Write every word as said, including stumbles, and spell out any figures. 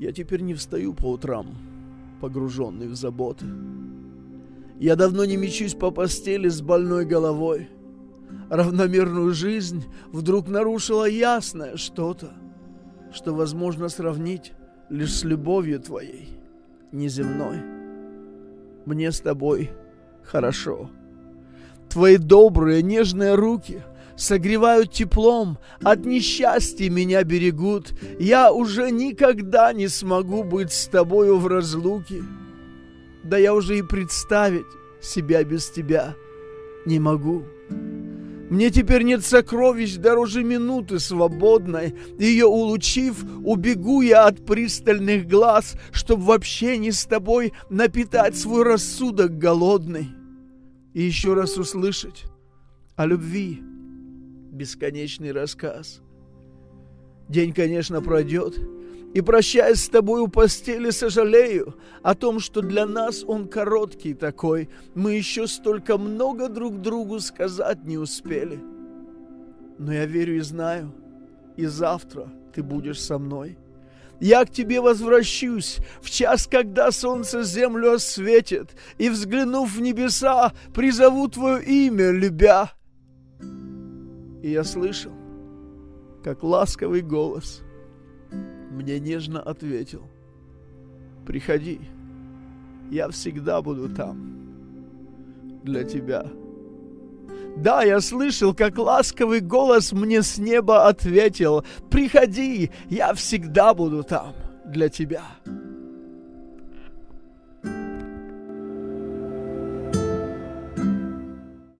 Я теперь не встаю по утрам, погруженный в заботы. Я давно не мечусь по постели с больной головой. Равномерную жизнь вдруг нарушило ясное что-то, что возможно сравнить лишь с любовью твоей, неземной. Мне с тобой хорошо. Твои добрые, нежные руки согревают теплом, от несчастья меня берегут. Я уже никогда не смогу быть с тобою в разлуке. Да я уже и представить себя без тебя не могу. Мне теперь нет сокровищ дороже минуты свободной. Ее улучив, убегу я от пристальных глаз, чтоб в общении с тобой напитать свой рассудок голодный. И еще раз услышать о любви бесконечный рассказ. День, конечно, пройдет, и, прощаясь с тобой у постели, сожалею о том, что для нас он короткий такой. Мы еще столько много друг другу сказать не успели. Но я верю и знаю, и завтра ты будешь со мной. Я к тебе возвращусь в час, когда солнце землю осветит, и, взглянув в небеса, призову твое имя, любя. И я слышал, как ласковый голос мне нежно ответил: приходи, я всегда буду там для тебя. Да, я слышал, как ласковый голос мне с неба ответил: приходи, я всегда буду там для тебя.